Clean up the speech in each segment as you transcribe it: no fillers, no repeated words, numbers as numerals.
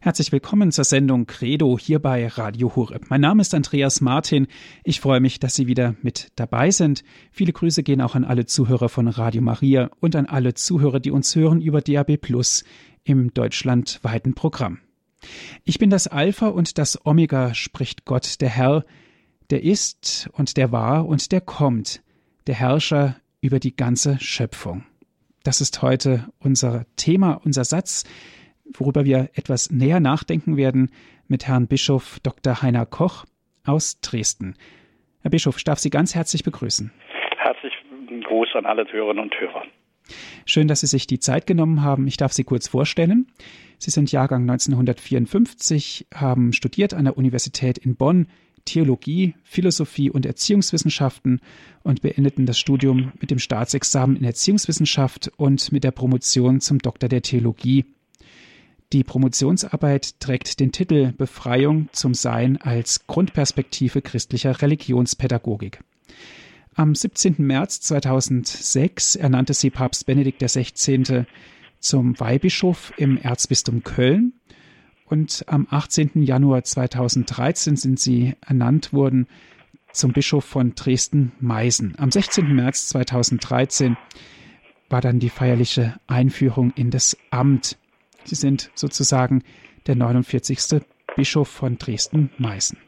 Herzlich willkommen zur Sendung Credo hier bei Radio Horeb. Mein Name ist Andreas Martin. Ich freue mich, dass Sie wieder mit dabei sind. Viele Grüße gehen auch an alle Zuhörer von Radio Maria und an alle Zuhörer, die uns hören über DAB+ im deutschlandweiten Programm. Ich bin das Alpha und das Omega, spricht Gott, der Herr, der ist und der war und der kommt, der Herrscher über die ganze Schöpfung. Das ist heute unser Thema, unser Satz, worüber wir etwas näher nachdenken werden mit Herrn Bischof Dr. Heiner Koch aus Dresden. Herr Bischof, ich darf Sie ganz herzlich begrüßen. Herzlichen Gruß an alle Hörerinnen und Hörer. Schön, dass Sie sich die Zeit genommen haben. Ich darf Sie kurz vorstellen. Sie sind Jahrgang 1954, haben studiert an der Universität in Bonn Theologie, Philosophie und Erziehungswissenschaften und beendeten das Studium mit dem Staatsexamen in Erziehungswissenschaft und mit der Promotion zum Doktor der Theologie. Die Promotionsarbeit trägt den Titel Befreiung zum Sein als Grundperspektive christlicher Religionspädagogik. Am 17. März 2006 ernannte sie Papst Benedikt XVI. Zum Weihbischof im Erzbistum Köln und am 18. Januar 2013 sind sie ernannt worden zum Bischof von Dresden-Meißen. Am 16. März 2013 war dann die feierliche Einführung in das Amt. Sie sind sozusagen der 49. Bischof von Dresden-Meißen.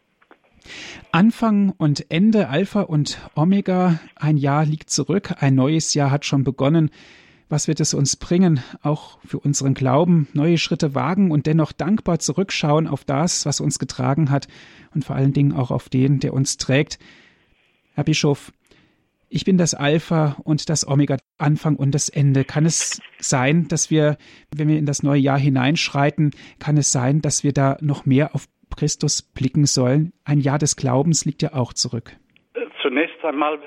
Anfang und Ende, Alpha und Omega, ein Jahr liegt zurück, ein neues Jahr hat schon begonnen. Was wird es uns bringen, auch für unseren Glauben, neue Schritte wagen und dennoch dankbar zurückschauen auf das, was uns getragen hat und vor allen Dingen auch auf den, der uns trägt. Herr Bischof, ich bin das Alpha und das Omega, Anfang und das Ende. Kann es sein, dass wir, wenn wir in das neue Jahr hineinschreiten, kann es sein, dass wir da noch mehr auf Christus blicken sollen? Ein Jahr des Glaubens liegt ja auch zurück. Zunächst einmal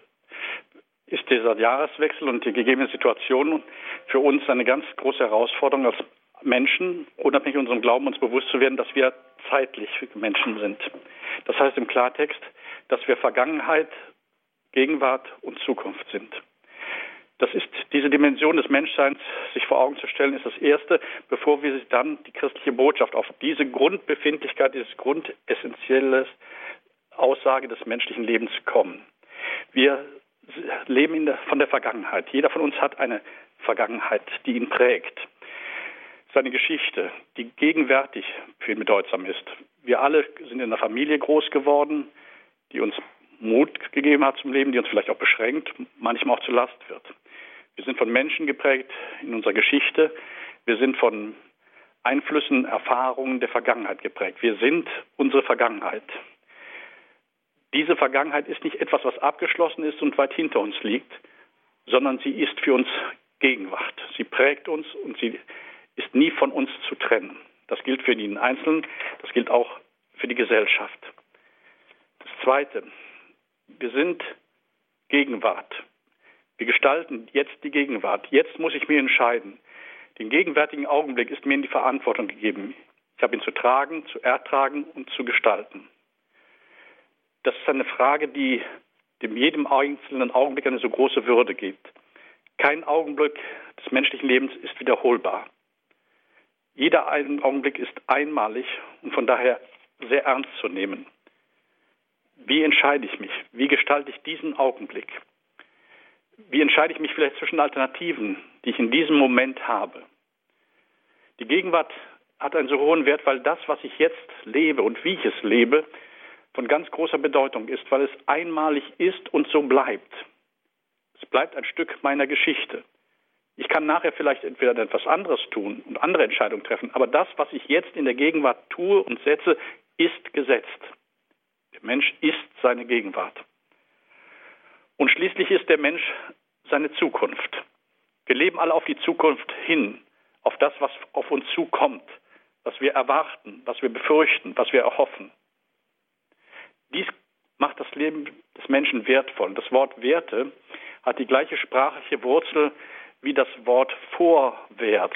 ist dieser Jahreswechsel und die gegebene Situation für uns eine ganz große Herausforderung als Menschen, unabhängig unserem Glauben, uns bewusst zu werden, dass wir zeitlich Menschen sind. Das heißt im Klartext, dass wir Vergangenheit, Gegenwart und Zukunft sind. Das ist diese Dimension des Menschseins, sich vor Augen zu stellen, ist das Erste, bevor wir dann die christliche Botschaft auf diese Grundbefindlichkeit, dieses grundessentielle Aussage des menschlichen Lebens kommen. Wir leben von der Vergangenheit. Jeder von uns hat eine Vergangenheit, die ihn prägt. Seine Geschichte, die gegenwärtig für ihn bedeutsam ist. Wir alle sind in einer Familie groß geworden, die uns Mut gegeben hat zum Leben, die uns vielleicht auch beschränkt, manchmal auch zur Last wird. Wir sind von Menschen geprägt in unserer Geschichte. Wir sind von Einflüssen, Erfahrungen der Vergangenheit geprägt. Wir sind unsere Vergangenheit. Diese Vergangenheit ist nicht etwas, was abgeschlossen ist und weit hinter uns liegt, sondern sie ist für uns Gegenwart. Sie prägt uns und sie ist nie von uns zu trennen. Das gilt für jeden Einzelnen, das gilt auch für die Gesellschaft. Das Zweite, wir sind Gegenwart. Wir gestalten jetzt die Gegenwart. Jetzt muss ich mir entscheiden. Den gegenwärtigen Augenblick ist mir in die Verantwortung gegeben. Ich habe ihn zu tragen, zu ertragen und zu gestalten. Das ist eine Frage, die dem jedem einzelnen Augenblick eine so große Würde gibt. Kein Augenblick des menschlichen Lebens ist wiederholbar. Jeder Augenblick ist einmalig und von daher sehr ernst zu nehmen. Wie entscheide ich mich? Wie gestalte ich diesen Augenblick? Wie entscheide ich mich vielleicht zwischen Alternativen, die ich in diesem Moment habe? Die Gegenwart hat einen so hohen Wert, weil das, was ich jetzt lebe und wie ich es lebe, von ganz großer Bedeutung ist, weil es einmalig ist und so bleibt. Es bleibt ein Stück meiner Geschichte. Ich kann nachher vielleicht entweder etwas anderes tun und andere Entscheidungen treffen, aber das, was ich jetzt in der Gegenwart tue und setze, ist gesetzt. Der Mensch ist seine Gegenwart. Und schließlich ist der Mensch seine Zukunft. Wir leben alle auf die Zukunft hin, auf das, was auf uns zukommt, was wir erwarten, was wir befürchten, was wir erhoffen. Dies macht das Leben des Menschen wertvoll. Das Wort Werte hat die gleiche sprachliche Wurzel wie das Wort vorwärts,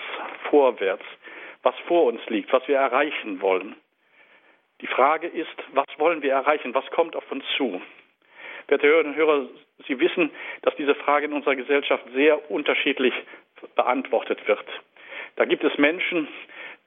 was vor uns liegt, was wir erreichen wollen. Die Frage ist, was wollen wir erreichen, was kommt auf uns zu? Werte Hörerinnen und Hörer, Sie wissen, dass diese Frage in unserer Gesellschaft sehr unterschiedlich beantwortet wird. Da gibt es Menschen,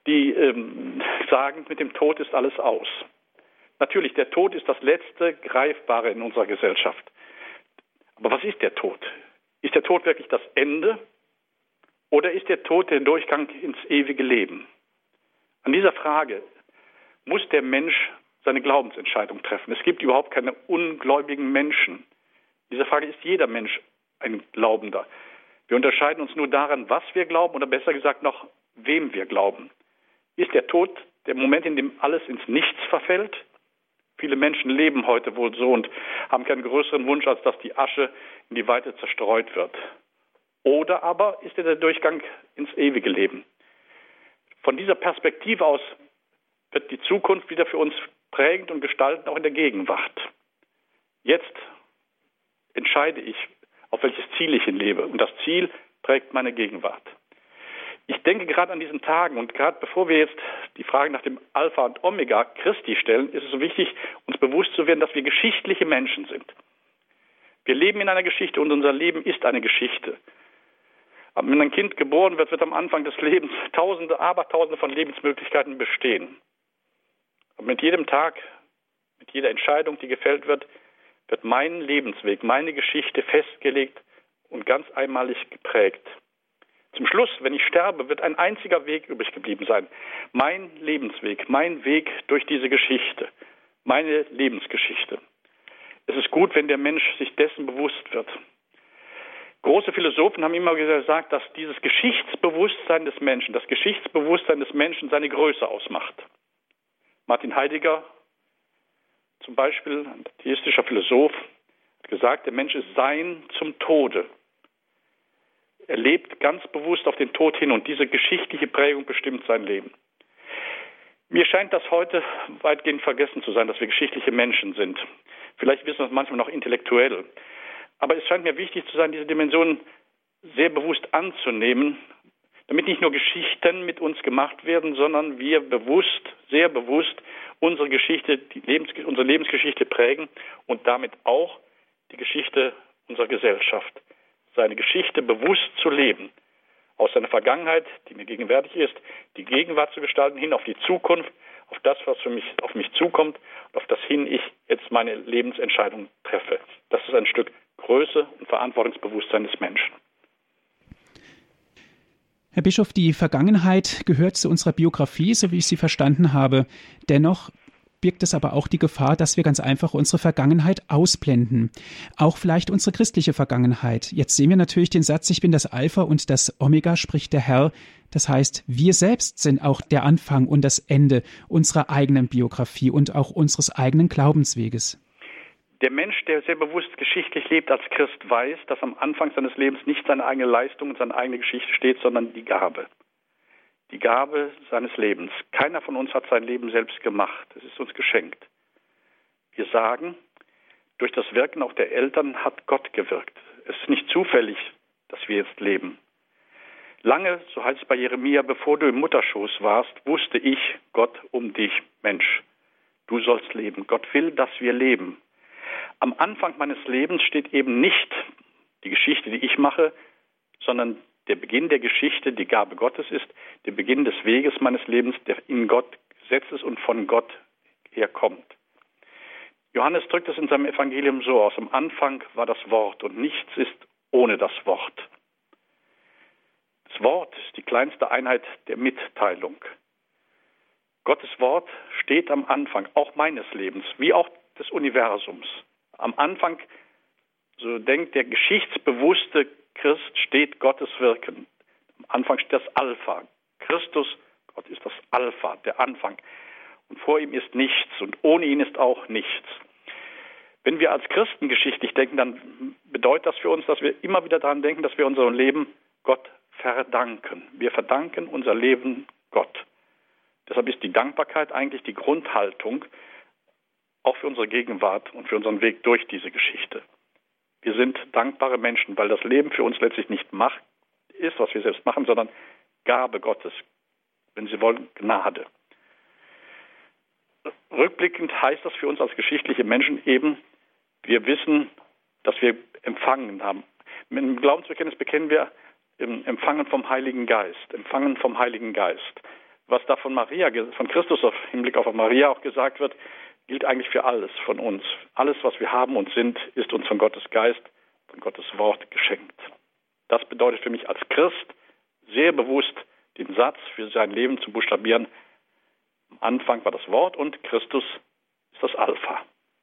die sagen, mit dem Tod ist alles aus. Natürlich, der Tod ist das letzte Greifbare in unserer Gesellschaft. Aber was ist der Tod? Ist der Tod wirklich das Ende oder ist der Tod der Durchgang ins ewige Leben? An dieser Frage muss der Mensch seine Glaubensentscheidung treffen. Es gibt überhaupt keine ungläubigen Menschen. In dieser Frage ist jeder Mensch ein Glaubender. Wir unterscheiden uns nur daran, was wir glauben oder besser gesagt noch, wem wir glauben. Ist der Tod der Moment, in dem alles ins Nichts verfällt? Viele Menschen leben heute wohl so und haben keinen größeren Wunsch, als dass die Asche in die Weite zerstreut wird. Oder aber ist er der Durchgang ins ewige Leben? Von dieser Perspektive aus wird die Zukunft wieder für uns prägend und gestaltend, auch in der Gegenwart. Jetzt entscheide ich, auf welches Ziel ich hin lebe. Und das Ziel prägt meine Gegenwart. Ich denke gerade an diesen Tagen und gerade bevor wir jetzt die Frage nach dem Alpha und Omega Christi stellen, ist es so wichtig, uns bewusst zu werden, dass wir geschichtliche Menschen sind. Wir leben in einer Geschichte und unser Leben ist eine Geschichte. Aber wenn ein Kind geboren wird, wird am Anfang des Lebens Tausende, Abertausende von Lebensmöglichkeiten bestehen. Und mit jedem Tag, mit jeder Entscheidung, die gefällt wird, wird mein Lebensweg, meine Geschichte festgelegt und ganz einmalig geprägt. Zum Schluss, wenn ich sterbe, wird ein einziger Weg übrig geblieben sein. Mein Lebensweg, mein Weg durch diese Geschichte, meine Lebensgeschichte. Es ist gut, wenn der Mensch sich dessen bewusst wird. Große Philosophen haben immer gesagt, dass dieses Geschichtsbewusstsein des Menschen, das Geschichtsbewusstsein des Menschen seine Größe ausmacht. Martin Heidegger, zum Beispiel ein atheistischer Philosoph, hat gesagt, der Mensch ist Sein zum Tode. Er lebt ganz bewusst auf den Tod hin und diese geschichtliche Prägung bestimmt sein Leben. Mir scheint das heute weitgehend vergessen zu sein, dass wir geschichtliche Menschen sind. Vielleicht wissen wir es manchmal noch intellektuell. Aber es scheint mir wichtig zu sein, diese Dimension sehr bewusst anzunehmen, damit nicht nur Geschichten mit uns gemacht werden, sondern wir bewusst, sehr bewusst unsere Geschichte, unsere Lebensgeschichte prägen und damit auch die Geschichte unserer Gesellschaft. Seine Geschichte bewusst zu leben, aus seiner Vergangenheit, die mir gegenwärtig ist, die Gegenwart zu gestalten, hin auf die Zukunft, auf das, was auf mich zukommt und auf das hin ich jetzt meine Lebensentscheidung treffe. Das ist ein Stück Größe und Verantwortungsbewusstsein des Menschen. Herr Bischof, die Vergangenheit gehört zu unserer Biografie, so wie ich sie verstanden habe. Dennoch birgt es aber auch die Gefahr, dass wir ganz einfach unsere Vergangenheit ausblenden. Auch vielleicht unsere christliche Vergangenheit. Jetzt sehen wir natürlich den Satz, ich bin das Alpha und das Omega, spricht der Herr. Das heißt, wir selbst sind auch der Anfang und das Ende unserer eigenen Biografie und auch unseres eigenen Glaubensweges. Der Mensch, der sehr bewusst geschichtlich lebt als Christ, weiß, dass am Anfang seines Lebens nicht seine eigene Leistung und seine eigene Geschichte steht, sondern die Gabe. Die Gabe seines Lebens. Keiner von uns hat sein Leben selbst gemacht. Es ist uns geschenkt. Wir sagen, durch das Wirken auch der Eltern hat Gott gewirkt. Es ist nicht zufällig, dass wir jetzt leben. Lange, so heißt es bei Jeremia, bevor du im Mutterschoß warst, wusste ich, Gott, um dich, Mensch. Du sollst leben. Gott will, dass wir leben. Am Anfang meines Lebens steht eben nicht die Geschichte, die ich mache, sondern der Beginn der Geschichte, die Gabe Gottes ist, der Beginn des Weges meines Lebens, der in Gott gesetzt ist und von Gott herkommt. Johannes drückt es in seinem Evangelium so aus: Am Anfang war das Wort und nichts ist ohne das Wort. Das Wort ist die kleinste Einheit der Mitteilung. Gottes Wort steht am Anfang, auch meines Lebens, wie auch des Universums. Am Anfang, so denkt der geschichtsbewusste Christ, steht Gottes Wirken. Am Anfang steht das Alpha. Christus, Gott ist das Alpha, der Anfang. Und vor ihm ist nichts und ohne ihn ist auch nichts. Wenn wir als Christen geschichtlich denken, dann bedeutet das für uns, dass wir immer wieder daran denken, dass wir unser Leben Gott verdanken. Wir verdanken unser Leben Gott. Deshalb ist die Dankbarkeit eigentlich die Grundhaltung, auch für unsere Gegenwart und für unseren Weg durch diese Geschichte. Wir sind dankbare Menschen, weil das Leben für uns letztlich nicht Macht ist, was wir selbst machen, sondern Gabe Gottes, wenn Sie wollen, Gnade. Rückblickend heißt das für uns als geschichtliche Menschen eben, wir wissen, dass wir empfangen haben. Mit dem Glaubensbekenntnis bekennen wir Empfangen vom Heiligen Geist, Empfangen vom Heiligen Geist. Was da von Christus im Hinblick auf Maria auch gesagt wird, gilt eigentlich für alles von uns. Alles, was wir haben und sind, ist uns von Gottes Geist, von Gottes Wort geschenkt. Das bedeutet für mich als Christ sehr bewusst, den Satz für sein Leben zu buchstabieren. Am Anfang war das Wort und Christus ist das Alpha.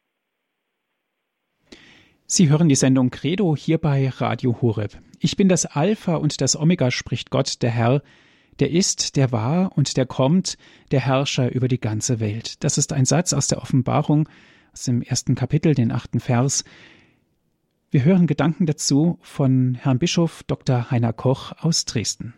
Sie hören die Sendung Credo hier bei Radio Horeb. Ich bin das Alpha und das Omega, spricht Gott, der Herr, der ist, der war und der kommt, der Herrscher über die ganze Welt. Das ist ein Satz aus der Offenbarung, aus dem 1. Kapitel, den 8. Vers. Wir hören Gedanken dazu von Herrn Bischof Dr. Heiner Koch aus Dresden.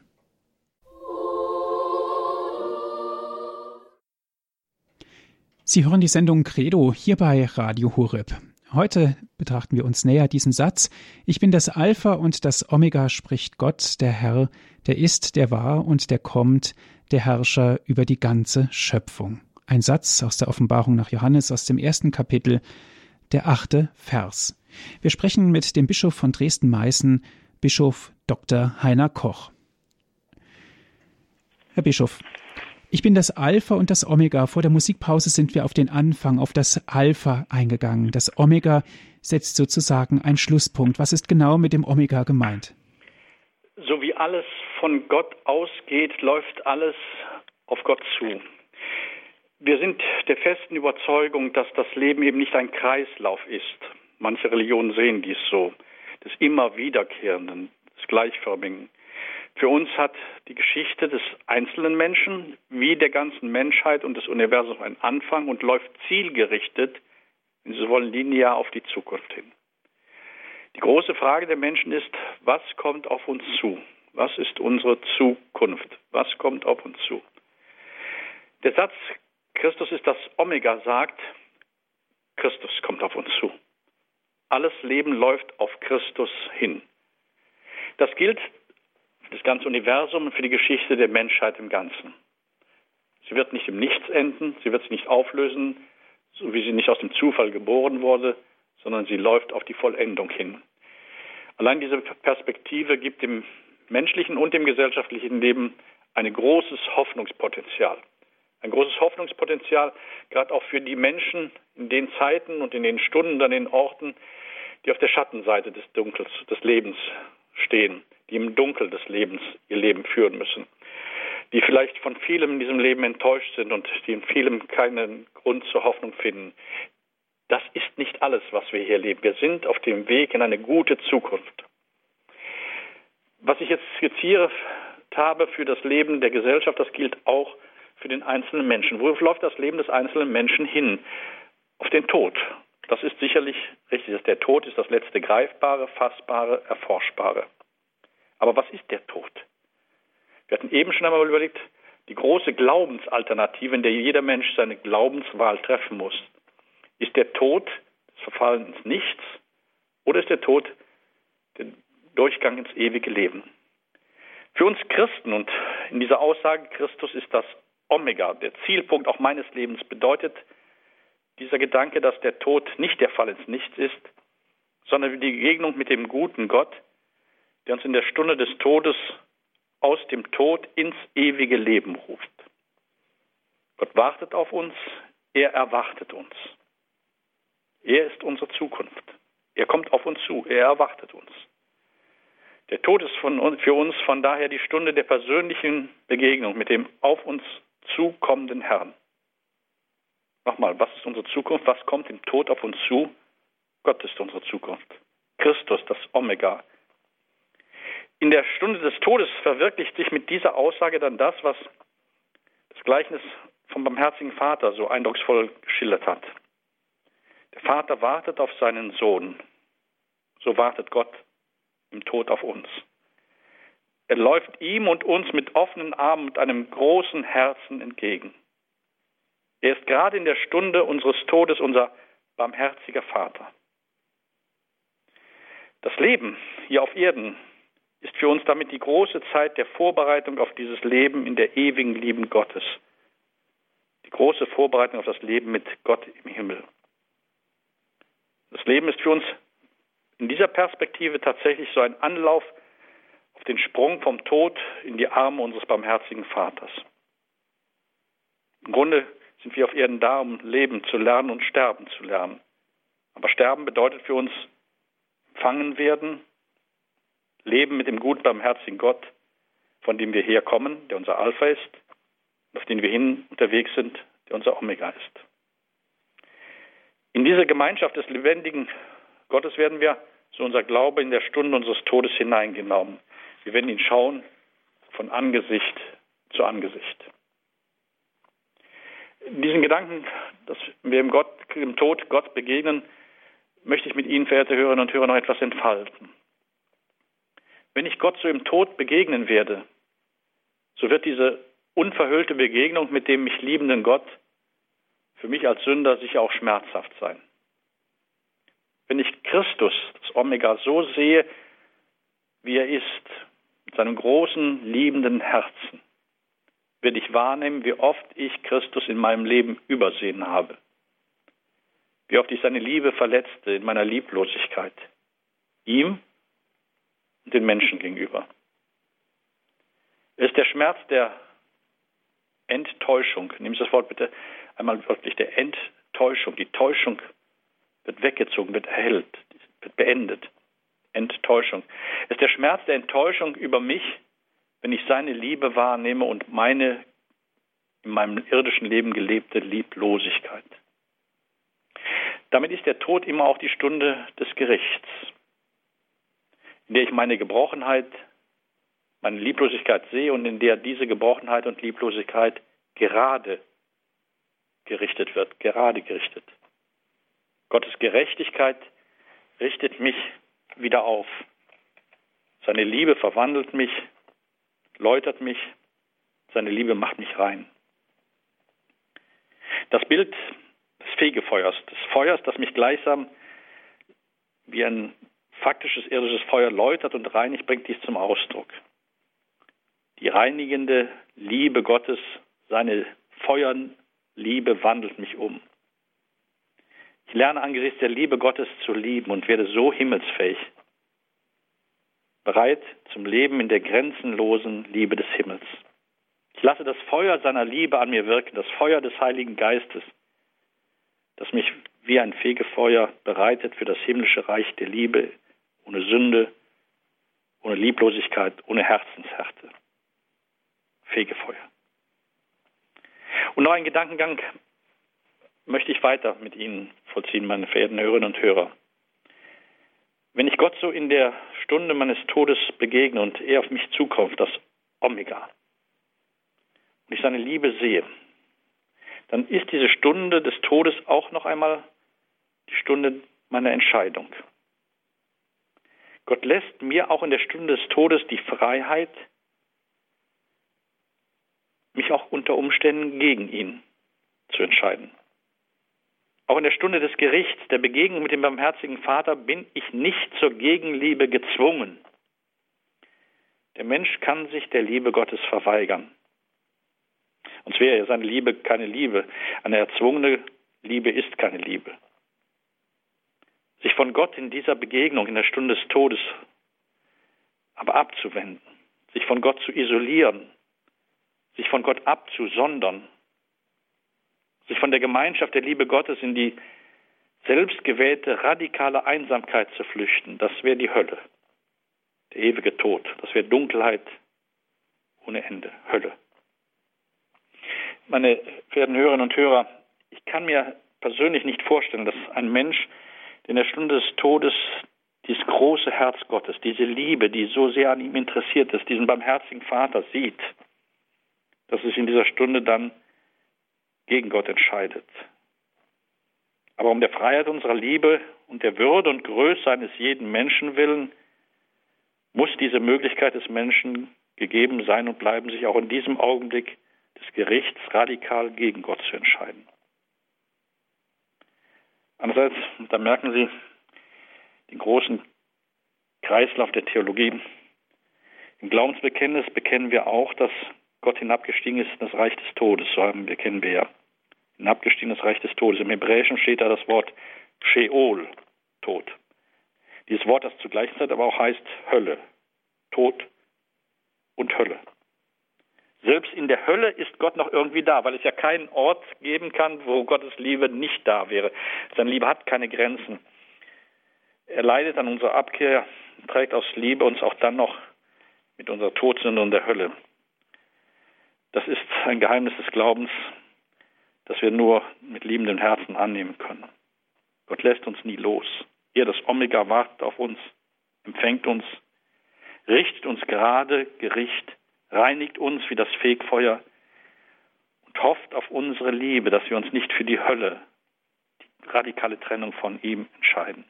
Sie hören die Sendung Credo hier bei Radio Horeb. Heute betrachten wir uns näher diesen Satz. Ich bin das Alpha und das Omega, spricht Gott, der Herr, der ist, der war und der kommt, der Herrscher über die ganze Schöpfung. Ein Satz aus der Offenbarung nach Johannes aus dem 1. Kapitel, der 8. Vers. Wir sprechen mit dem Bischof von Dresden-Meißen, Bischof Dr. Heiner Koch. Herr Bischof, ich bin das Alpha und das Omega. Vor der Musikpause sind wir auf den Anfang, auf das Alpha eingegangen. Das Omega setzt sozusagen einen Schlusspunkt. Was ist genau mit dem Omega gemeint? So wie alles von Gott ausgeht, läuft alles auf Gott zu. Wir sind der festen Überzeugung, dass das Leben eben nicht ein Kreislauf ist. Manche Religionen sehen dies so, des immer Wiederkehrenden, des Gleichförmigen. Für uns hat die Geschichte des einzelnen Menschen wie der ganzen Menschheit und des Universums einen Anfang und läuft zielgerichtet, wenn Sie wollen, linear auf die Zukunft hin. Die große Frage der Menschen ist, was kommt auf uns zu? Was ist unsere Zukunft? Was kommt auf uns zu? Der Satz, Christus ist das Omega, sagt, Christus kommt auf uns zu. Alles Leben läuft auf Christus hin. Das gilt für das ganze Universum und für die Geschichte der Menschheit im Ganzen. Sie wird nicht im Nichts enden, sie wird sich nicht auflösen, so wie sie nicht aus dem Zufall geboren wurde, sondern sie läuft auf die Vollendung hin. Allein diese Perspektive gibt dem menschlichen und dem gesellschaftlichen Leben ein großes Hoffnungspotenzial. Ein großes Hoffnungspotenzial, gerade auch für die Menschen in den Zeiten und in den Stunden, an den Orten, die auf der Schattenseite des Dunkels, des Lebens stehen, die im Dunkel des Lebens ihr Leben führen müssen, die vielleicht von vielem in diesem Leben enttäuscht sind und die in vielem keinen Grund zur Hoffnung finden. Das ist nicht alles, was wir hier leben. Wir sind auf dem Weg in eine gute Zukunft. Was ich jetzt skizziert habe für das Leben der Gesellschaft, das gilt auch für den einzelnen Menschen. Wo läuft das Leben des einzelnen Menschen hin? Auf den Tod. Das ist sicherlich richtig. Der Tod ist das letzte Greifbare, Fassbare, Erforschbare. Aber was ist der Tod? Wir hatten eben schon einmal überlegt, die große Glaubensalternative, in der jeder Mensch seine Glaubenswahl treffen muss. Ist der Tod das Verfallen ins Nichts oder ist der Tod der Durchgang ins ewige Leben? Für uns Christen und in dieser Aussage, Christus ist das Omega, der Zielpunkt auch meines Lebens, bedeutet dieser Gedanke, dass der Tod nicht der Fall ins Nichts ist, sondern die Begegnung mit dem guten Gott, der uns in der Stunde des Todes aus dem Tod ins ewige Leben ruft. Gott wartet auf uns, er erwartet uns. Er ist unsere Zukunft. Er kommt auf uns zu, er erwartet uns. Der Tod ist für uns von daher die Stunde der persönlichen Begegnung mit dem auf uns zukommenden Herrn. Nochmal, was ist unsere Zukunft? Was kommt im Tod auf uns zu? Gott ist unsere Zukunft. Christus, das Omega. In der Stunde des Todes verwirklicht sich mit dieser Aussage dann das, was das Gleichnis vom barmherzigen Vater so eindrucksvoll geschildert hat. Der Vater wartet auf seinen Sohn. So wartet Gott im Tod auf uns. Er läuft ihm und uns mit offenen Armen und einem großen Herzen entgegen. Er ist gerade in der Stunde unseres Todes unser barmherziger Vater. Das Leben hier auf Erden ist für uns damit die große Zeit der Vorbereitung auf dieses Leben in der ewigen Liebe Gottes. Die große Vorbereitung auf das Leben mit Gott im Himmel. Das Leben ist für uns in dieser Perspektive tatsächlich so ein Anlauf auf den Sprung vom Tod in die Arme unseres barmherzigen Vaters. Im Grunde sind wir auf Erden da, um leben zu lernen und sterben zu lernen. Aber sterben bedeutet für uns empfangen werden, leben mit dem guten, barmherzigen Gott, von dem wir herkommen, der unser Alpha ist, und auf den wir hin unterwegs sind, der unser Omega ist. In diese Gemeinschaft des lebendigen Gottes werden wir, so unser Glaube, in der Stunde unseres Todes hineingenommen. Wir werden ihn schauen von Angesicht zu Angesicht. In diesen Gedanken, dass wir im Tod Gott begegnen, möchte ich mit Ihnen, verehrte Hörerinnen und Hörer, noch etwas entfalten. Wenn ich Gott so im Tod begegnen werde, so wird diese unverhüllte Begegnung mit dem mich liebenden Gott für mich als Sünder sicher auch schmerzhaft sein. Wenn ich Christus, das Omega, so sehe, wie er ist, mit seinem großen, liebenden Herzen, werde ich wahrnehmen, wie oft ich Christus in meinem Leben übersehen habe. Wie oft ich seine Liebe verletzte in meiner Lieblosigkeit, ihm und den Menschen gegenüber. Es ist der Schmerz der Enttäuschung. Nehmen Sie das Wort bitte einmal wörtlich, der Enttäuschung. Die Täuschung wird weggezogen, wird erhellt, wird beendet. Enttäuschung. Es ist der Schmerz der Enttäuschung über mich, wenn ich seine Liebe wahrnehme und meine in meinem irdischen Leben gelebte Lieblosigkeit. Damit ist der Tod immer auch die Stunde des Gerichts, in der ich meine Gebrochenheit, meine Lieblosigkeit sehe und in der diese Gebrochenheit und Lieblosigkeit gerade gerichtet wird, gerade gerichtet. Gottes Gerechtigkeit richtet mich wieder auf. Seine Liebe verwandelt mich, läutert mich, seine Liebe macht mich rein. Das Bild des Fegefeuers, des Feuers, das mich gleichsam wie ein faktisches irdisches Feuer läutert und reinigt, bringt dies zum Ausdruck. Die reinigende Liebe Gottes, seine Feuerliebe wandelt mich um. Ich lerne angesichts der Liebe Gottes zu lieben und werde so himmelsfähig, bereit zum Leben in der grenzenlosen Liebe des Himmels. Ich lasse das Feuer seiner Liebe an mir wirken, das Feuer des Heiligen Geistes, das mich wie ein Fegefeuer bereitet für das himmlische Reich der Liebe, ohne Sünde, ohne Lieblosigkeit, ohne Herzenshärte. Fegefeuer. Und noch einen Gedankengang möchte ich weiter mit Ihnen vollziehen, meine verehrten Hörerinnen und Hörer. Wenn ich Gott so in der Stunde meines Todes begegne und er auf mich zukommt, das Omega, und ich seine Liebe sehe, dann ist diese Stunde des Todes auch noch einmal die Stunde meiner Entscheidung. Gott lässt mir auch in der Stunde des Todes die Freiheit, mich auch unter Umständen gegen ihn zu entscheiden. Auch in der Stunde des Gerichts, der Begegnung mit dem barmherzigen Vater, bin ich nicht zur Gegenliebe gezwungen. Der Mensch kann sich der Liebe Gottes verweigern. Sonst wäre ja seine Liebe keine Liebe. Eine erzwungene Liebe ist keine Liebe. Sich von Gott in dieser Begegnung, in der Stunde des Todes, aber abzuwenden, sich von Gott zu isolieren, sich von Gott abzusondern, sich von der Gemeinschaft der Liebe Gottes in die selbstgewählte radikale Einsamkeit zu flüchten, das wäre die Hölle, der ewige Tod, das wäre Dunkelheit ohne Ende, Hölle. Meine verehrten Hörerinnen und Hörer, ich kann mir persönlich nicht vorstellen, dass ein Mensch, der in der Stunde des Todes dieses große Herz Gottes, diese Liebe, die so sehr an ihm interessiert ist, diesen barmherzigen Vater sieht, dass es in dieser Stunde dann gegen Gott entscheidet. Aber um der Freiheit unserer Liebe und der Würde und Größe eines jeden Menschen willen, muss diese Möglichkeit des Menschen gegeben sein und bleiben, sich auch in diesem Augenblick des Gerichts radikal gegen Gott zu entscheiden. Andererseits, da merken Sie den großen Kreislauf der Theologie. Im Glaubensbekenntnis bekennen wir auch, dass Gott hinabgestiegen ist in das Reich des Todes. So bekennen wir ja. Hinabgestiegen in das Reich des Todes. Im Hebräischen steht da das Wort Sheol, Tod. Dieses Wort, das zur gleichen Zeit aber auch heißt Hölle. Tod und Hölle. Selbst in der Hölle ist Gott noch irgendwie da, weil es ja keinen Ort geben kann, wo Gottes Liebe nicht da wäre. Seine Liebe hat keine Grenzen. Er leidet an unserer Abkehr, trägt aus Liebe uns auch dann noch mit unserer Todsünde und der Hölle. Das ist ein Geheimnis des Glaubens, das wir nur mit liebendem Herzen annehmen können. Gott lässt uns nie los. Er, das Omega, wartet auf uns, empfängt uns, richtet uns gerade Gericht, reinigt uns wie das Fegfeuer und hofft auf unsere Liebe, dass wir uns nicht für die Hölle, die radikale Trennung von ihm, entscheiden.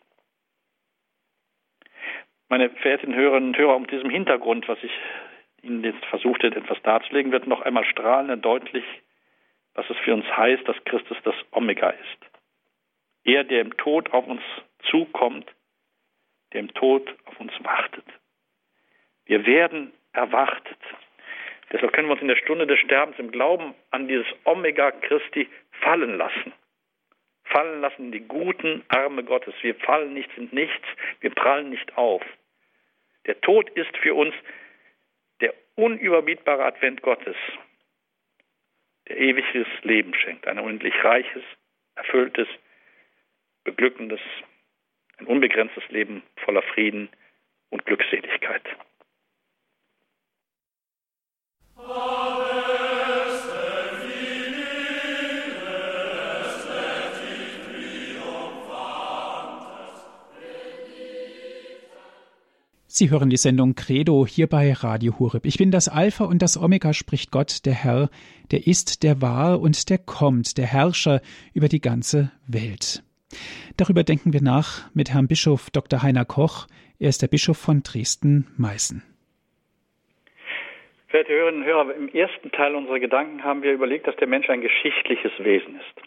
Meine verehrten Hörerinnen und Hörer, um diesem Hintergrund, was ich Ihnen jetzt versucht habe, etwas darzulegen, wird noch einmal strahlend deutlich, was es für uns heißt, dass Christus das Omega ist. Er, der im Tod auf uns zukommt, der im Tod auf uns wartet. Wir werden erwartet. Deshalb können wir uns in der Stunde des Sterbens im Glauben an dieses Omega Christi fallen lassen. Fallen lassen in die guten Arme Gottes. Wir fallen nicht, sind nichts, wir prallen nicht auf. Der Tod ist für uns der unüberbietbare Advent Gottes, der ewiges Leben schenkt, ein unendlich reiches, erfülltes, beglückendes, ein unbegrenztes Leben voller Frieden und Glückseligkeit. Sie hören die Sendung Credo hier bei Radio Horeb. Ich bin das Alpha und das Omega, spricht Gott, der Herr, der ist, der war und der kommt, der Herrscher über die ganze Welt. Darüber denken wir nach mit Herrn Bischof Dr. Heiner Koch. Er ist der Bischof von Dresden-Meißen. Verehrte Hörerinnen und Hörer, im ersten Teil unserer Gedanken haben wir überlegt, dass der Mensch ein geschichtliches Wesen ist.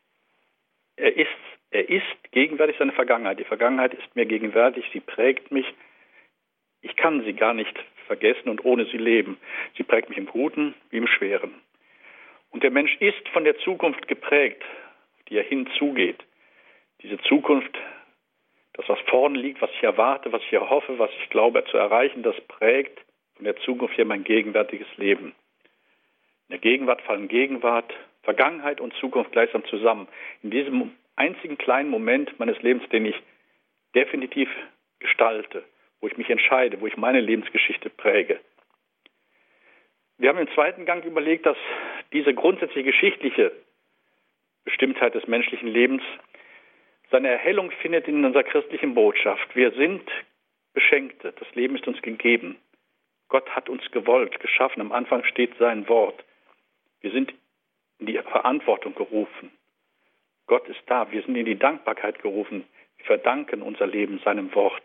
Er ist gegenwärtig seine Vergangenheit. Die Vergangenheit ist mir gegenwärtig, sie prägt mich. Ich kann sie gar nicht vergessen und ohne sie leben. Sie prägt mich im Guten wie im Schweren. Und der Mensch ist von der Zukunft geprägt, auf die er hinzugeht. Diese Zukunft, das, was vorne liegt, was ich erwarte, was ich erhoffe, was ich glaube zu erreichen, das prägt von der Zukunft her mein gegenwärtiges Leben. In der Gegenwart fallen Gegenwart, Vergangenheit und Zukunft gleichsam zusammen. In diesem einzigen kleinen Moment meines Lebens, den ich definitiv gestalte, wo ich mich entscheide, wo ich meine Lebensgeschichte präge. Wir haben im zweiten Gang überlegt, dass diese grundsätzlich geschichtliche Bestimmtheit des menschlichen Lebens seine Erhellung findet in unserer christlichen Botschaft. Wir sind Beschenkte, das Leben ist uns gegeben. Gott hat uns gewollt, geschaffen. Am Anfang steht sein Wort. Wir sind in die Verantwortung gerufen. Gott ist da. Wir sind in die Dankbarkeit gerufen. Wir verdanken unser Leben seinem Wort.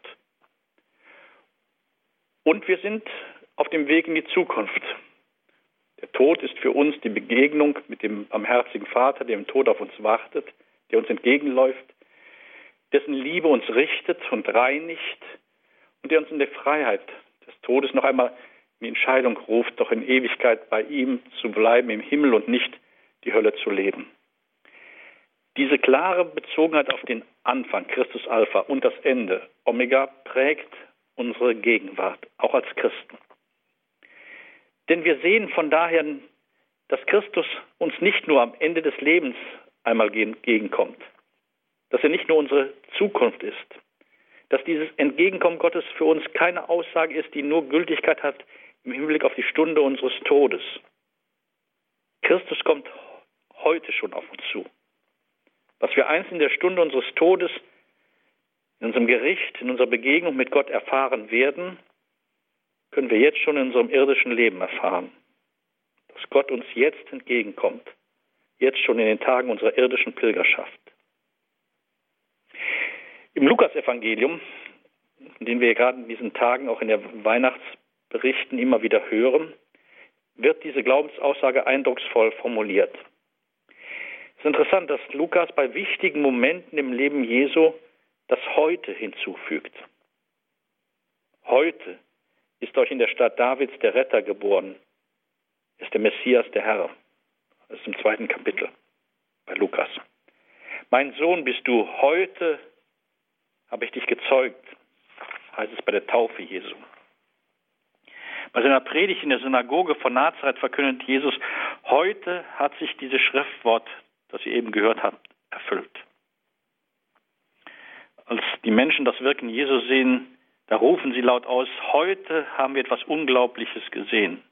Und wir sind auf dem Weg in die Zukunft. Der Tod ist für uns die Begegnung mit dem barmherzigen Vater, der im Tod auf uns wartet, der uns entgegenläuft, dessen Liebe uns richtet und reinigt und der uns in der Freiheit des Todes noch einmal in die Entscheidung ruft, doch in Ewigkeit bei ihm zu bleiben, im Himmel und nicht die Hölle zu leben. Diese klare Bezogenheit auf den Anfang, Christus Alpha, und das Ende, Omega, prägt unsere Gegenwart, auch als Christen. Denn wir sehen von daher, dass Christus uns nicht nur am Ende des Lebens einmal entgegenkommt, dass er nicht nur unsere Zukunft ist, dass dieses Entgegenkommen Gottes für uns keine Aussage ist, die nur Gültigkeit hat im Hinblick auf die Stunde unseres Todes. Christus kommt heute schon auf uns zu. Was wir einst in der Stunde unseres Todes, in unserem Gericht, in unserer Begegnung mit Gott erfahren werden, können wir jetzt schon in unserem irdischen Leben erfahren. Dass Gott uns jetzt entgegenkommt, jetzt schon in den Tagen unserer irdischen Pilgerschaft. Im Lukasevangelium, den wir gerade in diesen Tagen auch in den Weihnachtsberichten immer wieder hören, wird diese Glaubensaussage eindrucksvoll formuliert. Es ist interessant, dass Lukas bei wichtigen Momenten im Leben Jesu das Heute hinzufügt. Heute ist euch in der Stadt Davids der Retter geboren. Er ist der Messias, der Herr. Das ist im 2. Kapitel bei Lukas. Mein Sohn bist du, heute habe ich dich gezeugt, heißt es bei der Taufe Jesu. Bei seiner Predigt in der Synagoge von Nazareth verkündet Jesus: Heute hat sich dieses Schriftwort, das ihr eben gehört habt, erfüllt. Als die Menschen das Wirken Jesu sehen, da rufen sie laut aus: Heute haben wir etwas Unglaubliches gesehen.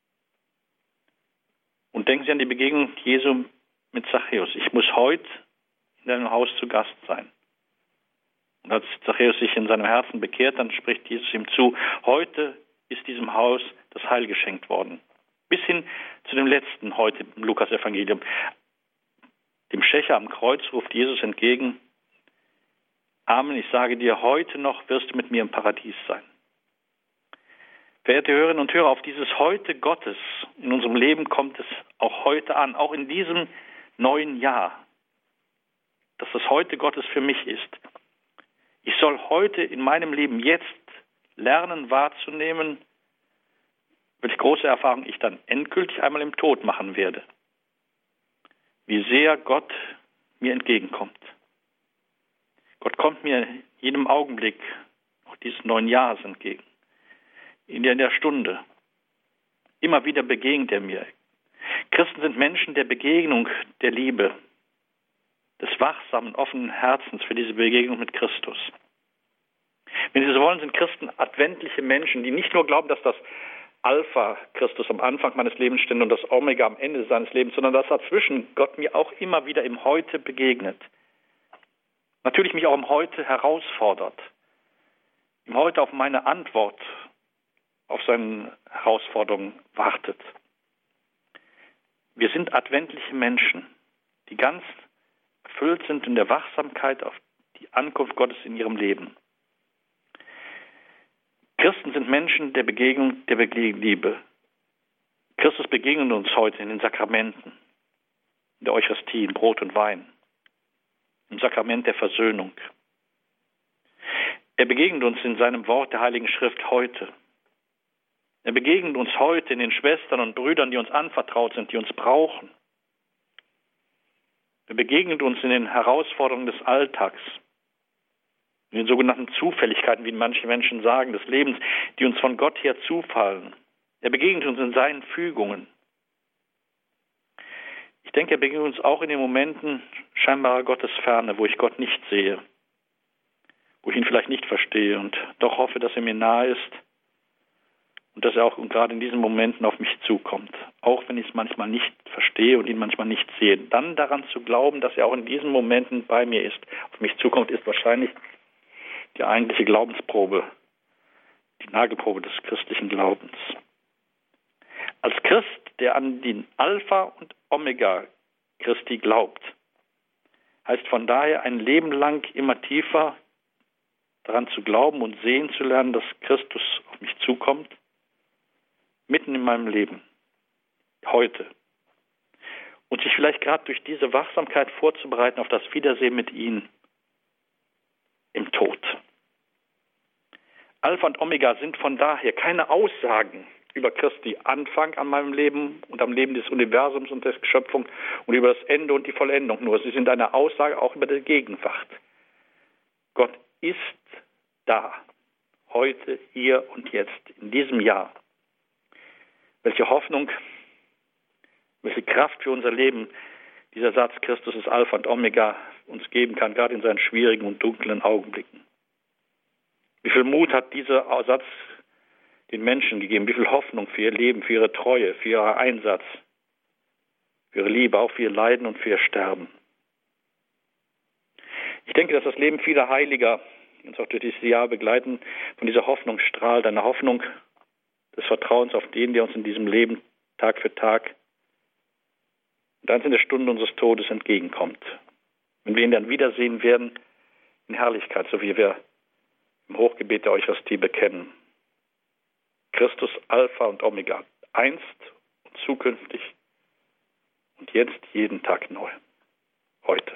Und denken Sie an die Begegnung Jesu mit Zachäus. Ich muss heute in deinem Haus zu Gast sein. Und als Zachäus sich in seinem Herzen bekehrt, dann spricht Jesus ihm zu: Heute ist diesem Haus das Heil geschenkt worden. Bis hin zu dem letzten heute im Lukas-Evangelium. Dem Schächer am Kreuz ruft Jesus entgegen: Amen, ich sage dir, heute noch wirst du mit mir im Paradies sein. Verehrte Hörerinnen und Hörer, auf dieses Heute Gottes in unserem Leben kommt es auch heute an, auch in diesem neuen Jahr, dass das Heute Gottes für mich ist. Ich soll heute in meinem Leben jetzt lernen wahrzunehmen, welche große Erfahrung ich dann endgültig einmal im Tod machen werde. Wie sehr Gott mir entgegenkommt. Gott kommt mir jedem Augenblick auch dieses neuen Jahres entgegen. In der Stunde. Immer wieder begegnet er mir. Christen sind Menschen der Begegnung, der Liebe, des wachsamen, offenen Herzens für diese Begegnung mit Christus. Wenn Sie so wollen, sind Christen adventliche Menschen, die nicht nur glauben, dass das Alpha Christus am Anfang meines Lebens steht und das Omega am Ende seines Lebens, sondern dass dazwischen Gott mir auch immer wieder im Heute begegnet. Natürlich mich auch im Heute herausfordert. Im Heute auf meine Antwort auf seine Herausforderungen wartet. Wir sind adventliche Menschen, die ganz erfüllt sind in der Wachsamkeit auf die Ankunft Gottes in ihrem Leben. Christen sind Menschen der Begegnung, der Liebe. Christus begegnet uns heute in den Sakramenten, in der Eucharistie, in Brot und Wein, im Sakrament der Versöhnung. Er begegnet uns in seinem Wort der Heiligen Schrift heute. Er begegnet uns heute in den Schwestern und Brüdern, die uns anvertraut sind, die uns brauchen. Er begegnet uns in den Herausforderungen des Alltags, in den sogenannten Zufälligkeiten, wie manche Menschen sagen, des Lebens, die uns von Gott her zufallen. Er begegnet uns in seinen Fügungen. Ich denke, er begegnet uns auch in den Momenten scheinbarer Gottesferne, wo ich Gott nicht sehe, wo ich ihn vielleicht nicht verstehe und doch hoffe, dass er mir nahe ist. Und dass er auch gerade in diesen Momenten auf mich zukommt. Auch wenn ich es manchmal nicht verstehe und ihn manchmal nicht sehe. Dann daran zu glauben, dass er auch in diesen Momenten bei mir ist, auf mich zukommt, ist wahrscheinlich die eigentliche Glaubensprobe, die Nagelprobe des christlichen Glaubens. Als Christ, der an den Alpha und Omega Christi glaubt, heißt von daher ein Leben lang immer tiefer daran zu glauben und sehen zu lernen, dass Christus auf mich zukommt, mitten in meinem Leben, heute. Und sich vielleicht gerade durch diese Wachsamkeit vorzubereiten auf das Wiedersehen mit ihm im Tod. Alpha und Omega sind von daher keine Aussagen über Christi Anfang an meinem Leben und am Leben des Universums und der Schöpfung und über das Ende und die Vollendung. Nur sie sind eine Aussage auch über die Gegenwart. Gott ist da, heute, hier und jetzt, in diesem Jahr. Welche Hoffnung, welche Kraft für unser Leben dieser Satz Christus ist Alpha und Omega uns geben kann, gerade in seinen schwierigen und dunklen Augenblicken. Wie viel Mut hat dieser Satz den Menschen gegeben, wie viel Hoffnung für ihr Leben, für ihre Treue, für ihren Einsatz, für ihre Liebe, auch für ihr Leiden und für ihr Sterben. Ich denke, dass das Leben vieler Heiliger, die uns auch durch dieses Jahr begleiten, von dieser Hoffnung strahlt, eine Hoffnung des Vertrauens auf den, der uns in diesem Leben Tag für Tag und ganz in der Stunde unseres Todes entgegenkommt. Wenn wir ihn dann wiedersehen werden in Herrlichkeit, so wie wir im Hochgebet der Eucharistie bekennen. Christus Alpha und Omega, einst und zukünftig und jetzt jeden Tag neu. Heute.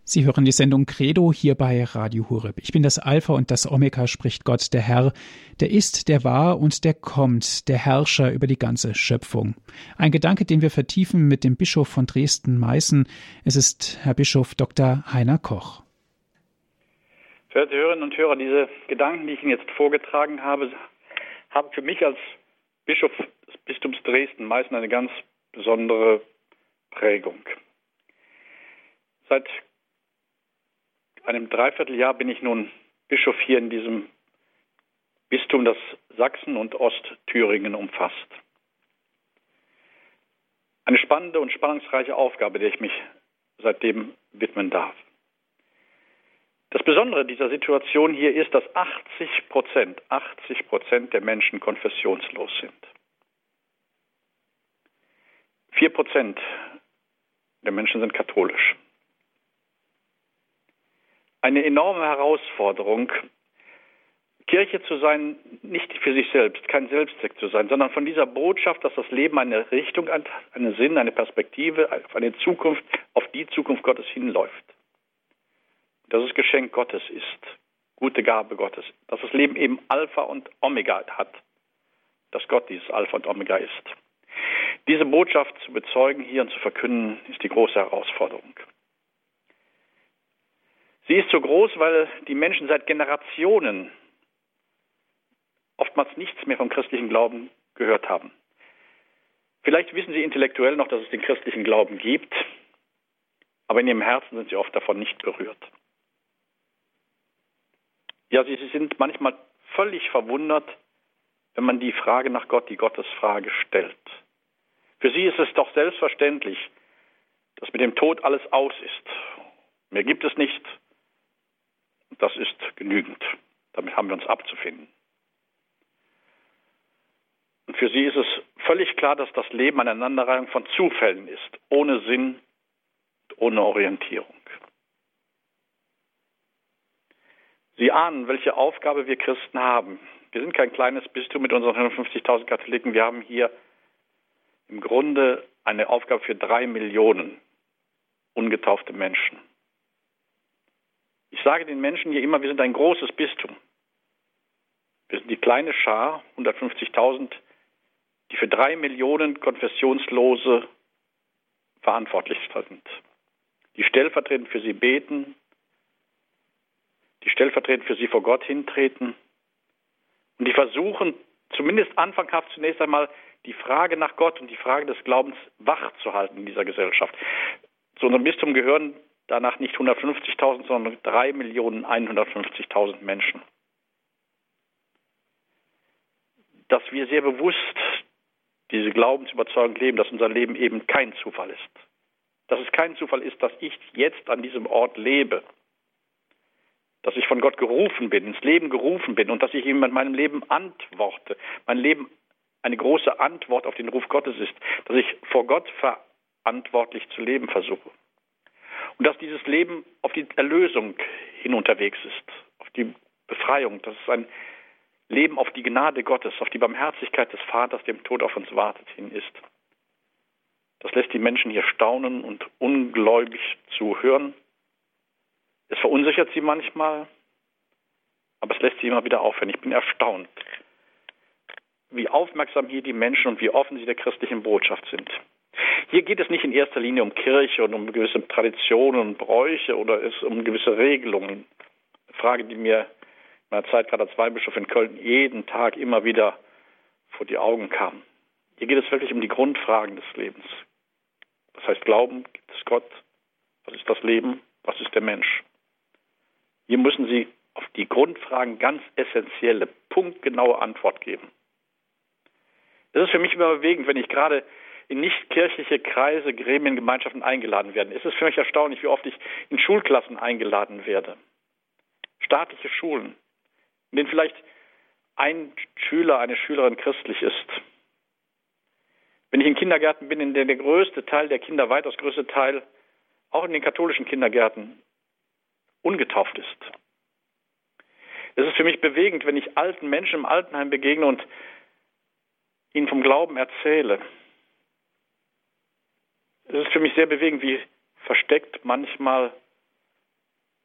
Sie hören die Sendung Credo hier bei Radio Horeb. Ich bin das Alpha und das Omega, spricht Gott, der Herr, der ist, der war und der kommt, der Herrscher über die ganze Schöpfung. Ein Gedanke, den wir vertiefen mit dem Bischof von Dresden-Meißen. Es ist Herr Bischof Dr. Heiner Koch. Verehrte Hörerinnen und Hörer, diese Gedanken, die ich Ihnen jetzt vorgetragen habe, haben für mich als Bischof des Bistums Dresden-Meißen eine ganz besondere Prägung. Seit einem Dreivierteljahr bin ich nun Bischof hier in diesem Bistum, das Sachsen und Ostthüringen umfasst. Eine spannende und spannungsreiche Aufgabe, der ich mich seitdem widmen darf. Das Besondere dieser Situation hier ist, dass 80% der Menschen konfessionslos sind. 4% der Menschen sind katholisch. Eine enorme Herausforderung, Kirche zu sein, nicht für sich selbst, kein Selbstzweck zu sein, sondern von dieser Botschaft, dass das Leben eine Richtung hat, einen Sinn, eine Perspektive, auf eine Zukunft, auf die Zukunft Gottes hinläuft. Dass es Geschenk Gottes ist, gute Gabe Gottes, dass das Leben eben Alpha und Omega hat, dass Gott dieses Alpha und Omega ist. Diese Botschaft zu bezeugen hier und zu verkünden, ist die große Herausforderung. Sie ist so groß, weil die Menschen seit Generationen oftmals nichts mehr vom christlichen Glauben gehört haben. Vielleicht wissen sie intellektuell noch, dass es den christlichen Glauben gibt, aber in ihrem Herzen sind sie oft davon nicht berührt. Ja, sie sind manchmal völlig verwundert, wenn man die Frage nach Gott, die Gottesfrage stellt. Für sie ist es doch selbstverständlich, dass mit dem Tod alles aus ist. Mehr gibt es nicht. Das ist genügend. Damit haben wir uns abzufinden. Und für sie ist es völlig klar, dass das Leben eine Aneinanderreihung von Zufällen ist, ohne Sinn, ohne Orientierung. Sie ahnen, welche Aufgabe wir Christen haben. Wir sind kein kleines Bistum mit unseren 150.000 Katholiken. Wir haben hier im Grunde eine Aufgabe für 3 Millionen ungetaufte Menschen. Ich sage den Menschen hier immer, wir sind ein großes Bistum. Wir sind die kleine Schar, 150.000, die für 3 Millionen Konfessionslose verantwortlich sind. Die stellvertretend für sie beten, die stellvertretend für sie vor Gott hintreten und die versuchen, zumindest anfanghaft zunächst einmal die Frage nach Gott und die Frage des Glaubens wach zu halten in dieser Gesellschaft. Zu unserem Bistum gehören danach nicht 150.000, sondern 3.150.000 Menschen. Dass wir sehr bewusst diese Glaubensüberzeugung leben, dass unser Leben eben kein Zufall ist. Dass es kein Zufall ist, dass ich jetzt an diesem Ort lebe. Dass ich von Gott gerufen bin, ins Leben gerufen bin und dass ich ihm mit meinem Leben antworte. Mein Leben eine große Antwort auf den Ruf Gottes ist. Dass ich vor Gott verantwortlich zu leben versuche. Und dass dieses Leben auf die Erlösung hin unterwegs ist, auf die Befreiung, dass es ein Leben auf die Gnade Gottes, auf die Barmherzigkeit des Vaters, dem Tod auf uns wartet, hin ist. Das lässt die Menschen hier staunen und ungläubig zuhören. Es verunsichert sie manchmal, aber es lässt sie immer wieder aufhören. Ich bin erstaunt, wie aufmerksam hier die Menschen und wie offen sie der christlichen Botschaft sind. Hier geht es nicht in erster Linie um Kirche und um gewisse Traditionen und Bräuche oder es um gewisse Regelungen. Eine Frage, die mir in meiner Zeit gerade als Weihbischof in Köln jeden Tag immer wieder vor die Augen kam. Hier geht es wirklich um die Grundfragen des Lebens. Was heißt Glauben? Gibt es Gott? Was ist das Leben? Was ist der Mensch? Hier müssen Sie auf die Grundfragen ganz essentielle, punktgenaue Antwort geben. Es ist für mich immer bewegend, wenn ich gerade in nicht-kirchliche Kreise, Gremien, Gemeinschaften eingeladen werde. Es ist für mich erstaunlich, wie oft ich in Schulklassen eingeladen werde. Staatliche Schulen, in denen vielleicht ein Schüler, eine Schülerin christlich ist. Wenn ich in Kindergärten bin, in denen der größte Teil der Kinder, weitaus größte Teil, auch in den katholischen Kindergärten, ungetauft ist. Es ist für mich bewegend, wenn ich alten Menschen im Altenheim begegne und ihnen vom Glauben erzähle. Es ist für mich sehr bewegend, wie versteckt manchmal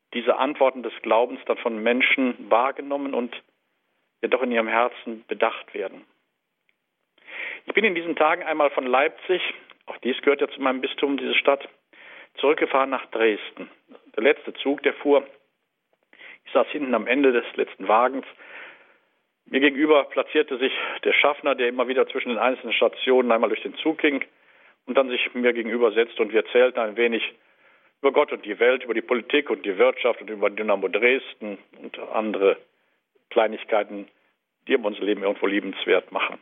diese Antworten des Glaubens dann von Menschen wahrgenommen und ja doch in ihrem Herzen bedacht werden. Ich bin in diesen Tagen einmal von Leipzig, auch dies gehört ja zu meinem Bistum, diese Stadt, zurückgefahren nach Dresden. Der letzte Zug, der fuhr. Ich saß hinten am Ende des letzten Wagens. Mir gegenüber platzierte sich der Schaffner, der immer wieder zwischen den einzelnen Stationen einmal durch den Zug ging und dann sich mir gegenüber setzte und wir erzählten ein wenig über Gott und die Welt, über die Politik und die Wirtschaft und über Dynamo Dresden und andere Kleinigkeiten, die unser Leben irgendwo liebenswert machen.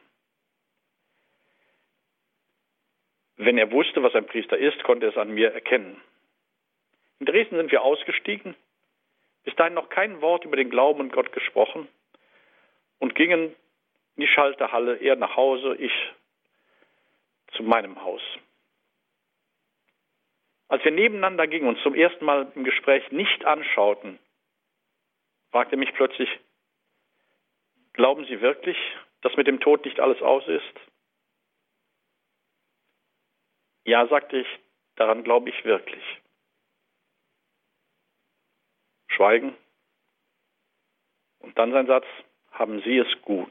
Wenn er wusste, was ein Priester ist, konnte er es an mir erkennen. In Dresden sind wir ausgestiegen, bis dahin noch kein Wort über den Glauben und Gott gesprochen und gingen in die Schalterhalle, er nach Hause, ich zu meinem Haus. Als wir nebeneinander gingen und zum ersten Mal im Gespräch nicht anschauten, fragte er mich plötzlich, glauben Sie wirklich, dass mit dem Tod nicht alles aus ist? Ja, sagte ich, daran glaube ich wirklich. Schweigen. Und dann sein Satz, haben Sie es gut.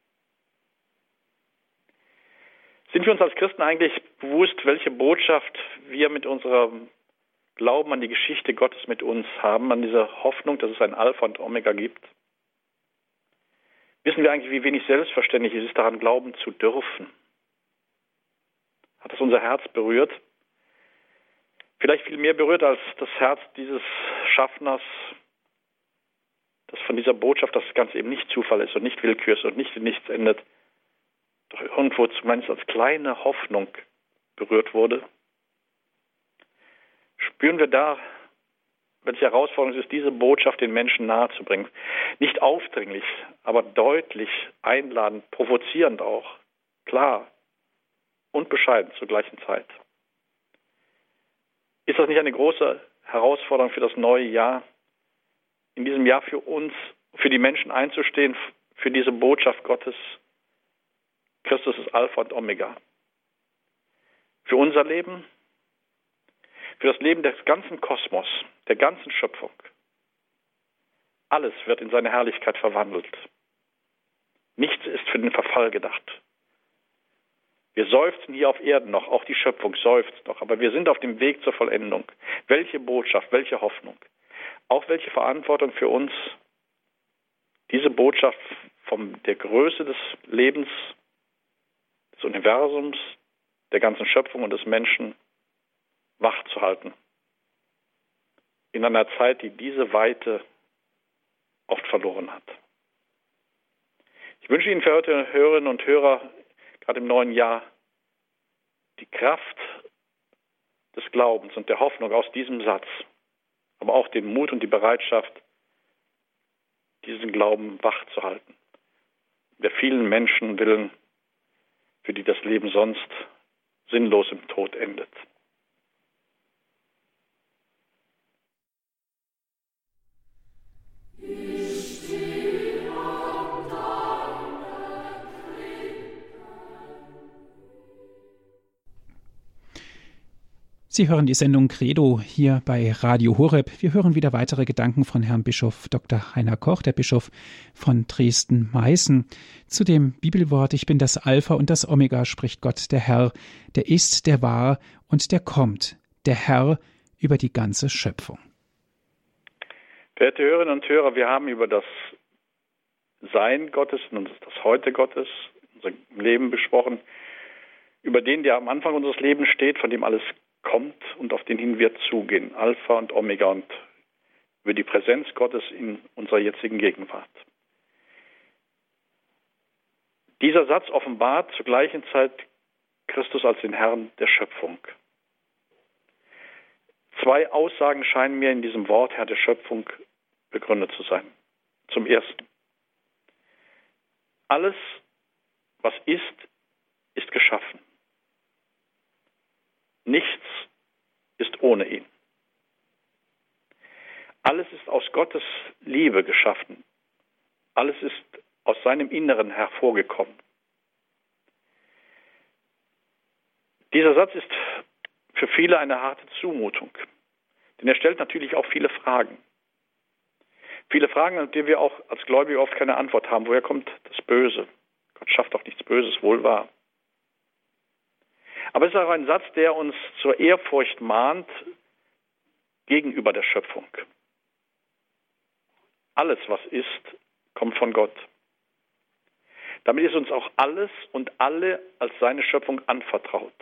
Sind wir uns als Christen eigentlich bewusst, welche Botschaft wir mit unserem Glauben an die Geschichte Gottes mit uns haben, an diese Hoffnung, dass es ein Alpha und Omega gibt? Wissen wir eigentlich, wie wenig selbstverständlich es ist, daran glauben zu dürfen? Hat es unser Herz berührt? Vielleicht viel mehr berührt als das Herz dieses Schaffners, das von dieser Botschaft, dass das Ganze eben nicht Zufall ist und nicht Willkür ist und nicht in nichts endet, doch irgendwo zumindest als kleine Hoffnung berührt wurde. Spüren wir da, welche Herausforderung es ist, diese Botschaft den Menschen nahezubringen. Nicht aufdringlich, aber deutlich, einladend, provozierend auch, klar und bescheiden zur gleichen Zeit. Ist das nicht eine große Herausforderung für das neue Jahr, in diesem Jahr für uns, für die Menschen einzustehen, für diese Botschaft Gottes? Christus ist Alpha und Omega. Für unser Leben, für das Leben des ganzen Kosmos, der ganzen Schöpfung. Alles wird in seine Herrlichkeit verwandelt. Nichts ist für den Verfall gedacht. Wir seufzen hier auf Erden noch, auch die Schöpfung seufzt noch, aber wir sind auf dem Weg zur Vollendung. Welche Botschaft, welche Hoffnung, auch welche Verantwortung für uns, diese Botschaft von der Größe des Lebens, des Universums, der ganzen Schöpfung und des Menschen wach zu halten. In einer Zeit, die diese Weite oft verloren hat. Ich wünsche Ihnen, verehrte Hörerinnen und Hörer, gerade im neuen Jahr, die Kraft des Glaubens und der Hoffnung aus diesem Satz, aber auch den Mut und die Bereitschaft, diesen Glauben wach zu halten. Der vielen Menschen willen, für die das Leben sonst sinnlos im Tod endet. Sie hören die Sendung Credo hier bei Radio Horeb. Wir hören wieder weitere Gedanken von Herrn Bischof Dr. Heiner Koch, der Bischof von Dresden-Meißen. Zu dem Bibelwort, ich bin das Alpha und das Omega, spricht Gott, der Herr, der ist, der war und der kommt, der Herr über die ganze Schöpfung. Verehrte Hörerinnen und Hörer, wir haben über das Sein Gottes und das Heute Gottes in unserem Leben besprochen, über den, der am Anfang unseres Lebens steht, von dem alles kommt und auf den hin wir zugehen, Alpha und Omega, und über die Präsenz Gottes in unserer jetzigen Gegenwart. Dieser Satz offenbart zur gleichen Zeit Christus als den Herrn der Schöpfung. Zwei Aussagen scheinen mir in diesem Wort Herr der Schöpfung begründet zu sein. Zum Ersten: Alles, was ist, ist geschaffen. Nichts ist ohne ihn. Alles ist aus Gottes Liebe geschaffen. Alles ist aus seinem Inneren hervorgekommen. Dieser Satz ist für viele eine harte Zumutung, denn er stellt natürlich auch viele Fragen. Viele Fragen, auf die wir auch als Gläubige oft keine Antwort haben. Woher kommt das Böse? Gott schafft doch nichts Böses, wohl wahr. Aber es ist auch ein Satz, der uns zur Ehrfurcht mahnt gegenüber der Schöpfung. Alles, was ist, kommt von Gott. Damit ist uns auch alles und alle als seine Schöpfung anvertraut.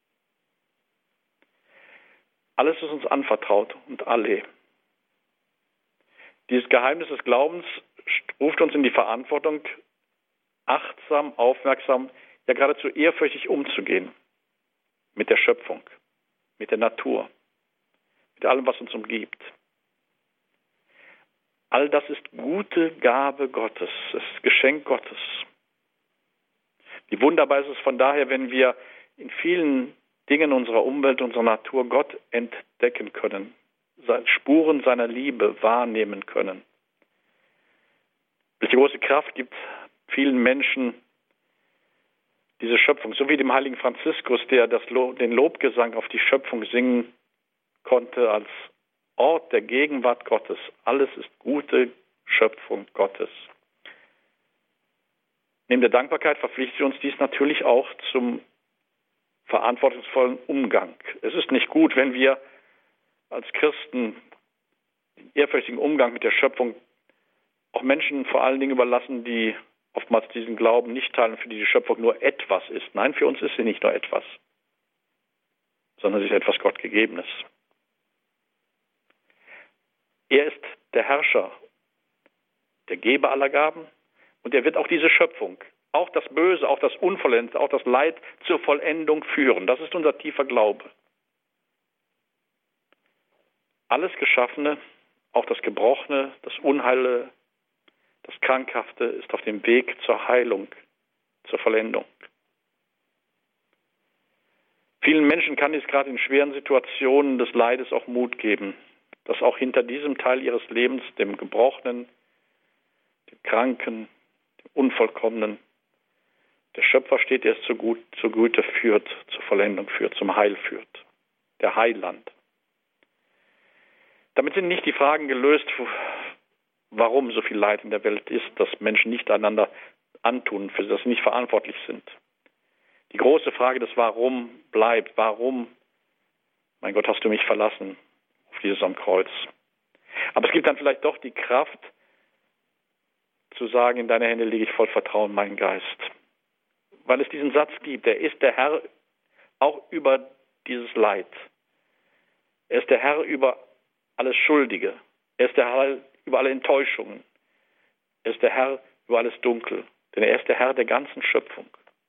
Alles ist uns anvertraut und alle. Dieses Geheimnis des Glaubens ruft uns in die Verantwortung, achtsam, aufmerksam, ja geradezu ehrfürchtig umzugehen mit der Schöpfung, mit der Natur, mit allem, was uns umgibt. All das ist gute Gabe Gottes, es ist Geschenk Gottes. Wie wunderbar ist es von daher, wenn wir in vielen Dingen unserer Umwelt, unserer Natur Gott entdecken können, Spuren seiner Liebe wahrnehmen können. Welche große Kraft gibt vielen Menschen diese Schöpfung, so wie dem heiligen Franziskus, der den Lobgesang auf die Schöpfung singen konnte als Ort der Gegenwart Gottes. Alles ist gute Schöpfung Gottes. Neben der Dankbarkeit verpflichtet uns dies natürlich auch zum verantwortungsvollen Umgang. Es ist nicht gut, wenn wir als Christen den ehrfürchtigen Umgang mit der Schöpfung auch Menschen vor allen Dingen überlassen, die oftmals diesen Glauben nicht teilen, für die die Schöpfung nur etwas ist. Nein, für uns ist sie nicht nur etwas, sondern sie ist etwas Gottgegebenes. Er ist der Herrscher, der Geber aller Gaben, und er wird auch diese Schöpfung, auch das Böse, auch das Unvollendete, auch das Leid zur Vollendung führen. Das ist unser tiefer Glaube. Alles Geschaffene, auch das Gebrochene, das Unheile, das Krankhafte ist auf dem Weg zur Heilung, zur Vollendung. Vielen Menschen kann es gerade in schweren Situationen des Leides auch Mut geben, dass auch hinter diesem Teil ihres Lebens, dem Gebrochenen, dem Kranken, dem Unvollkommenen, der Schöpfer steht, der es zur Güte führt, zur Vollendung führt, zum Heil führt, der Heiland. Damit sind nicht die Fragen gelöst, warum so viel Leid in der Welt ist, dass Menschen nicht einander antun, für das sie nicht verantwortlich sind. Die große Frage des Warum bleibt. Warum, mein Gott, hast du mich verlassen auf Jesus am Kreuz? Aber es gibt dann vielleicht doch die Kraft, zu sagen, in deine Hände lege ich voll Vertrauen meinen Geist. Weil es diesen Satz gibt, er ist der Herr auch über dieses Leid. Er ist der Herr über alles Schuldige. Er ist der Herr über alle Enttäuschungen. Er ist der Herr über alles Dunkel. Denn er ist der Herr der ganzen Schöpfung.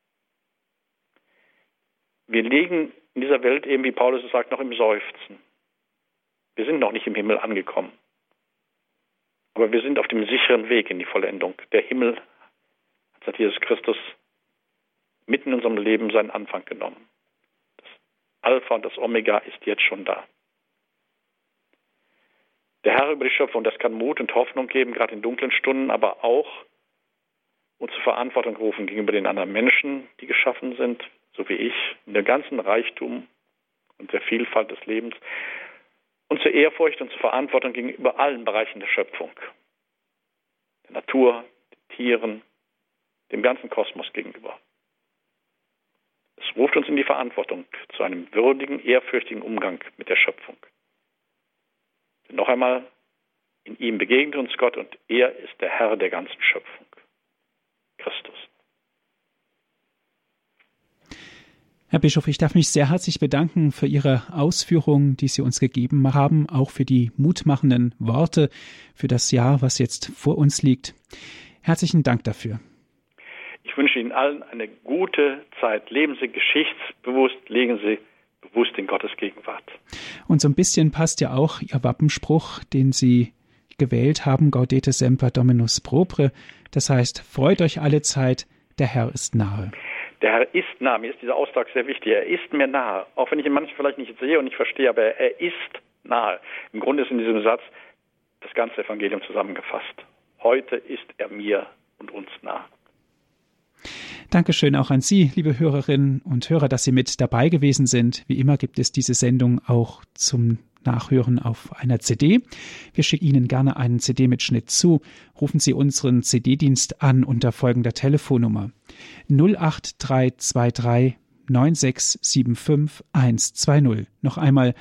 Wir liegen in dieser Welt eben, wie Paulus es sagt, noch im Seufzen. Wir sind noch nicht im Himmel angekommen. Aber wir sind auf dem sicheren Weg in die Vollendung. Der Himmel hat seit Jesus Christus mitten in unserem Leben seinen Anfang genommen. Das Alpha und das Omega ist jetzt schon da. Der Herr über die Schöpfung, das kann Mut und Hoffnung geben, gerade in dunklen Stunden, aber auch uns zur Verantwortung rufen gegenüber den anderen Menschen, die geschaffen sind, so wie ich, in dem ganzen Reichtum und der Vielfalt des Lebens, und zur Ehrfurcht und zur Verantwortung gegenüber allen Bereichen der Schöpfung, der Natur, den Tieren, dem ganzen Kosmos gegenüber. Es ruft uns in die Verantwortung zu einem würdigen, ehrfürchtigen Umgang mit der Schöpfung. Denn noch einmal, in ihm begegnet uns Gott und er ist der Herr der ganzen Schöpfung, Christus. Herr Bischof, ich darf mich sehr herzlich bedanken für Ihre Ausführungen, die Sie uns gegeben haben, auch für die mutmachenden Worte für das Jahr, was jetzt vor uns liegt. Herzlichen Dank dafür. Ich wünsche Ihnen allen eine gute Zeit. Leben Sie geschichtsbewusst, legen Sie bewusst in Gottes Gegenwart. Und so ein bisschen passt ja auch Ihr Wappenspruch, den Sie gewählt haben, Gaudete semper Dominus propre. Das heißt, freut euch alle Zeit, der Herr ist nahe. Der Herr ist nahe. Mir ist dieser Ausdruck sehr wichtig. Er ist mir nahe. Auch wenn ich ihn manchmal vielleicht nicht sehe und nicht verstehe, aber er ist nahe. Im Grunde ist in diesem Satz das ganze Evangelium zusammengefasst. Heute ist er mir und uns nahe. Dankeschön auch an Sie, liebe Hörerinnen und Hörer, dass Sie mit dabei gewesen sind. Wie immer gibt es diese Sendung auch zum nachhören auf einer CD. Wir schicken Ihnen gerne einen CD-Mitschnitt zu. Rufen Sie unseren CD-Dienst an unter folgender Telefonnummer 08323 9675 120. Noch einmal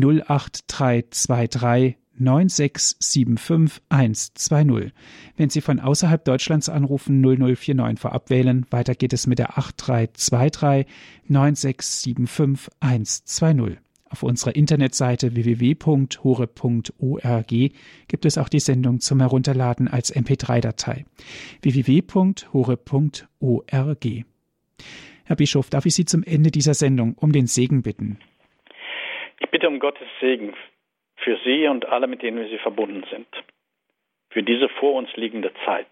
08323 9675 120. Wenn Sie von außerhalb Deutschlands anrufen, 0049 vorab wählen. Weiter geht es mit der 8323 9675 120. Auf unserer Internetseite www.hore.org gibt es auch die Sendung zum Herunterladen als MP3-Datei. www.hore.org. Herr Bischof, darf ich Sie zum Ende dieser Sendung um den Segen bitten? Ich bitte um Gottes Segen für Sie und alle, mit denen wir Sie verbunden sind, für diese vor uns liegende Zeit.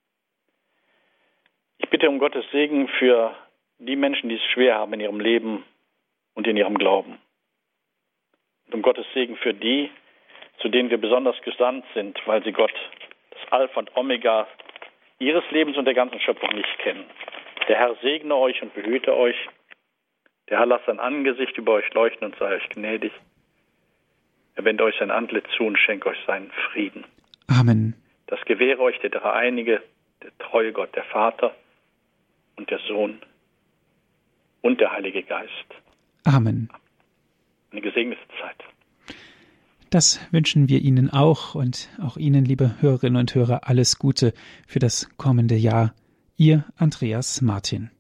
Ich bitte um Gottes Segen für die Menschen, die es schwer haben in ihrem Leben und in ihrem Glauben. Und um Gottes Segen für die, zu denen wir besonders gesandt sind, weil sie Gott, das Alpha und Omega ihres Lebens und der ganzen Schöpfung nicht kennen. Der Herr segne euch und behüte euch. Der Herr lasse sein Angesicht über euch leuchten und sei euch gnädig. Er wende euch sein Antlitz zu und schenke euch seinen Frieden. Amen. Das gewähre euch der Dreieinige, der treue Gott, der Vater und der Sohn und der Heilige Geist. Amen. Eine gesegnete Zeit. Das wünschen wir Ihnen auch und auch Ihnen, liebe Hörerinnen und Hörer, alles Gute für das kommende Jahr. Ihr Andreas Martin.